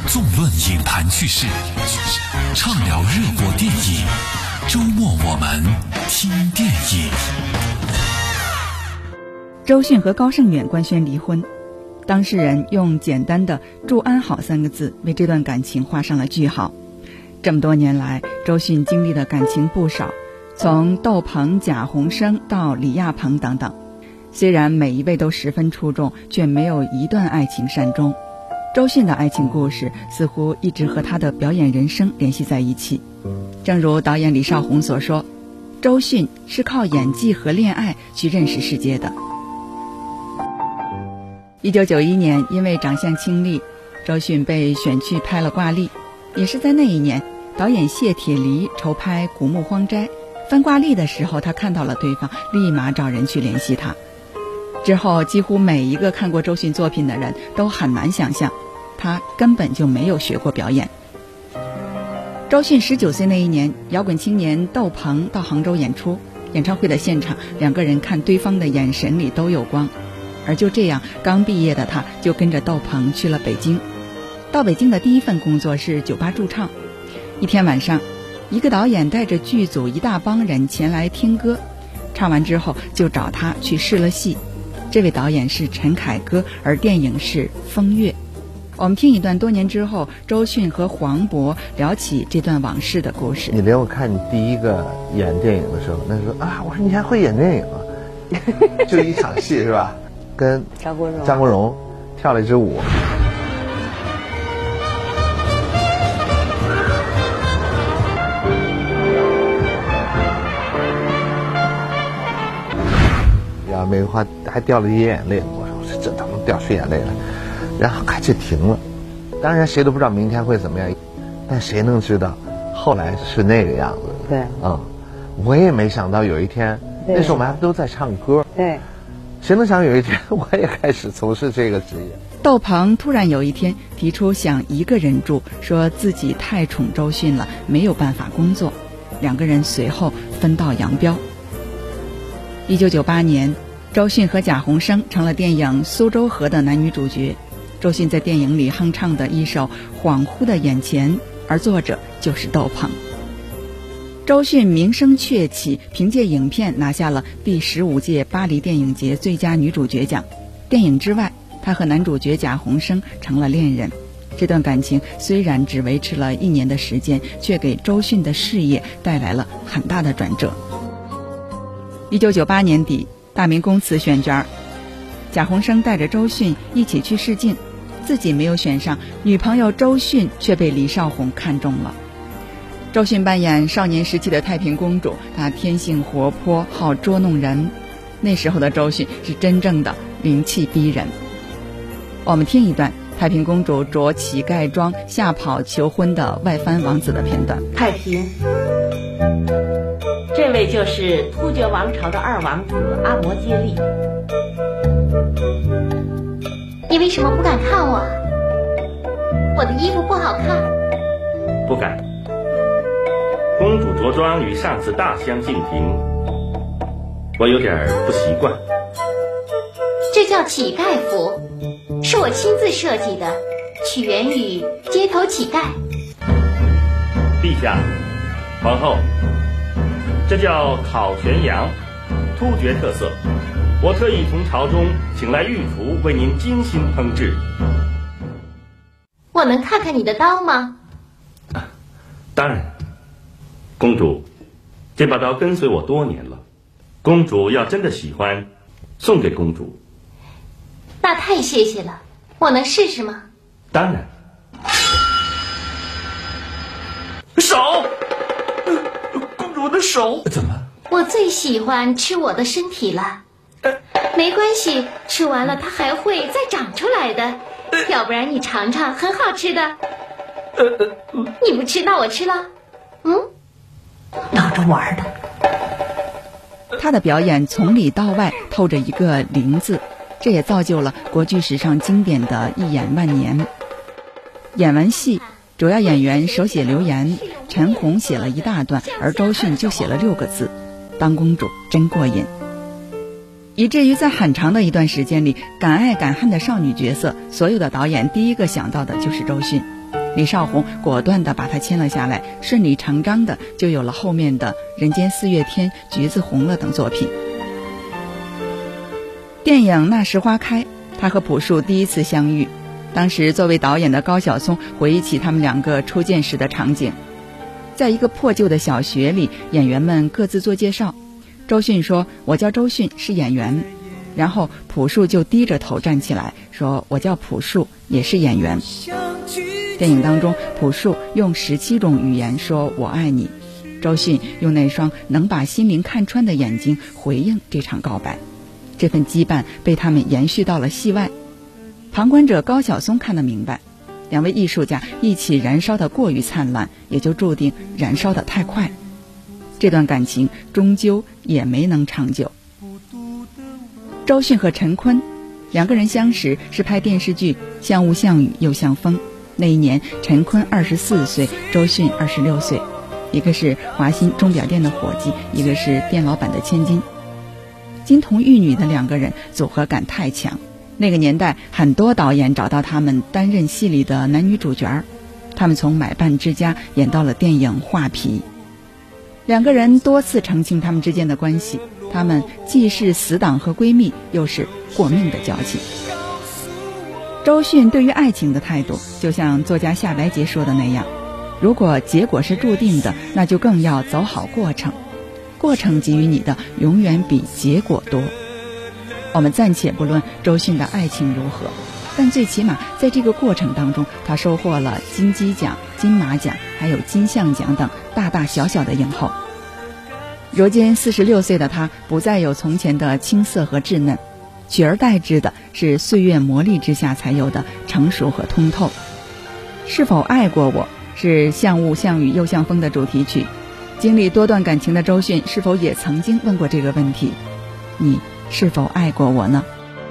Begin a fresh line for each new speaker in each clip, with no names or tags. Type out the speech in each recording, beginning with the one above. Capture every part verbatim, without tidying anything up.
纵论影坛趣事，畅聊热播电影。周末我们听电影。
周迅和高胜远官宣离婚，当事人用简单的祝安好三个字为这段感情画上了句号。这么多年来，周迅经历的感情不少，从窦鹏、贾宏声到李亚鹏等等，虽然每一位都十分出众，却没有一段爱情善终。周迅的爱情故事似乎一直和她的表演人生联系在一起。正如导演李少红所说，周迅是靠演技和恋爱去认识世界的。一九九一年，因为长相清丽，周迅被选去拍了挂历。也是在那一年，导演谢铁骊筹拍《古墓荒斋》，翻挂历的时候，他看到了对方，立马找人去联系他。之后，几乎每一个看过周迅作品的人都很难想象，他根本就没有学过表演。周迅十九岁那一年，摇滚青年窦鹏到杭州演出，演唱会的现场，两个人看对方的眼神里都有光。而就这样，刚毕业的他就跟着窦鹏去了北京。到北京的第一份工作是酒吧驻唱。一天晚上，一个导演带着剧组一大帮人前来听歌，唱完之后就找他去试了戏。这位导演是陈凯歌，而电影是《风月》。我们听一段多年之后周迅和黄渤聊起这段往事的故事。
你连我看你第一个演电影的时候，那时候啊，我说你还会演电影啊？就一场戏是吧？跟
张国荣张
国荣跳了一支舞。呀，梅花还掉了一滴眼泪，我说这怎么掉出眼泪了？然后咔就停了。当然谁都不知道明天会怎么样，但谁能知道后来是那个样子？
对，
嗯，我也没想到有一天，那时候我们还都在唱歌。
对。
谁能想有一天我也开始从事这个职业？
窦鹏突然有一天提出想一个人住，说自己太宠周迅了，没有办法工作。两个人随后分道扬镳。一九九八年，周迅和贾宏声成了电影《苏州河》的男女主角。周迅在电影里哼唱的一首《恍惚的眼前》，而作者就是窦鹏。周迅名声鹊起，凭借影片拿下了第十五届巴黎电影节最佳女主角奖。电影之外，她和男主角贾宏声成了恋人。这段感情虽然只维持了一年的时间，却给周迅的事业带来了很大的转折。一九九八年底，大明宫词选角，贾宏声带着周迅一起去试镜，自己没有选上，女朋友周迅却被李少红看中了。周迅扮演少年时期的太平公主，她天性活泼，好捉弄人。那时候的周迅是真正的灵气逼人。我们听一段太平公主着乞丐装吓跑求婚的外藩王子的片段。
太平，这位就是突厥王朝的二王子阿摩揭利。
你为什么不敢看我？我的衣服不好看？
不敢。公主着装与上次大相径庭，我有点不习惯。
这叫乞丐服，是我亲自设计的，起源于街头乞丐。
陛下，皇后，这叫烤全羊，突厥特色。我特意从朝中请来御厨为您精心烹制。
我能看看你的刀吗？
啊，当然。公主，这把刀跟随我多年了，公主要真的喜欢，送给公主。
那太谢谢了，我能试试吗？
当然。手，公主的手
怎么？
我最喜欢吃我的身体了。没关系，吃完了它还会再长出来的，要不然你尝尝，很好吃的。你不吃，那我吃了。嗯。
闹着玩的。
他的表演从里到外透着一个灵字，这也造就了国剧史上经典的一眼万年。演完戏，主要演员手写留言，陈红写了一大段，而周迅就写了六个字：当公主真过瘾。以至于在很长的一段时间里，敢爱敢恨的少女角色，所有的导演第一个想到的就是周迅。 李少红果断地把它签了下来，顺理成章的就有了后面的《人间四月天》《橘子红了》等作品。电影《那时花开》，他和朴树第一次相遇，当时作为导演的高晓松回忆起他们两个初见时的场景。在一个破旧的小学里，演员们各自做介绍。周迅说：“我叫周迅，是演员。”然后朴树就低着头站起来说：“我叫朴树，也是演员。”电影当中，朴树用十七种语言说我爱你，周迅用那双能把心灵看穿的眼睛回应这场告白。这份羁绊被他们延续到了戏外。旁观者高晓松看得明白，两位艺术家一起燃烧得过于灿烂，也就注定燃烧得太快。这段感情终究也没能长久。周迅和陈坤两个人相识是拍电视剧《像雾像雨又像风》，那一年陈坤二十四岁，周迅二十六岁，一个是华新钟表店的伙计，一个是店老板的千金。金童玉女的两个人组合感太强，那个年代很多导演找到他们担任戏里的男女主角，他们从买办之家演到了电影《画皮》。两个人多次澄清他们之间的关系，他们既是死党和闺蜜，又是过命的交情。周迅对于爱情的态度，就像作家夏白洁说的那样，如果结果是注定的，那就更要走好过程，过程给予你的永远比结果多。我们暂且不论周迅的爱情如何，但最起码在这个过程当中，他收获了金鸡奖、金马奖还有金像奖等大大小小的影后。如今四十六岁的他不再有从前的青涩和稚嫩，取而代之的是岁月磨砺之下才有的成熟和通透。是否爱过我是像雾像雨又像风的主题曲，经历多段感情的周迅是否也曾经问过这个问题，你是否爱过我呢？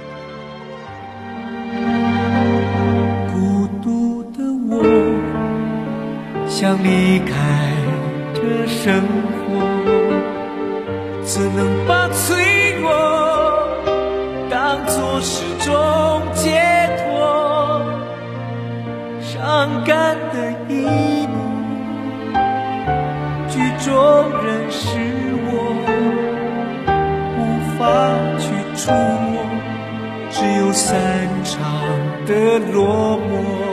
孤独的我想离开这生活，只能把脆弱当作是种解脱，伤感的一幕剧中人是我，无法去触摸，只有散场的落寞。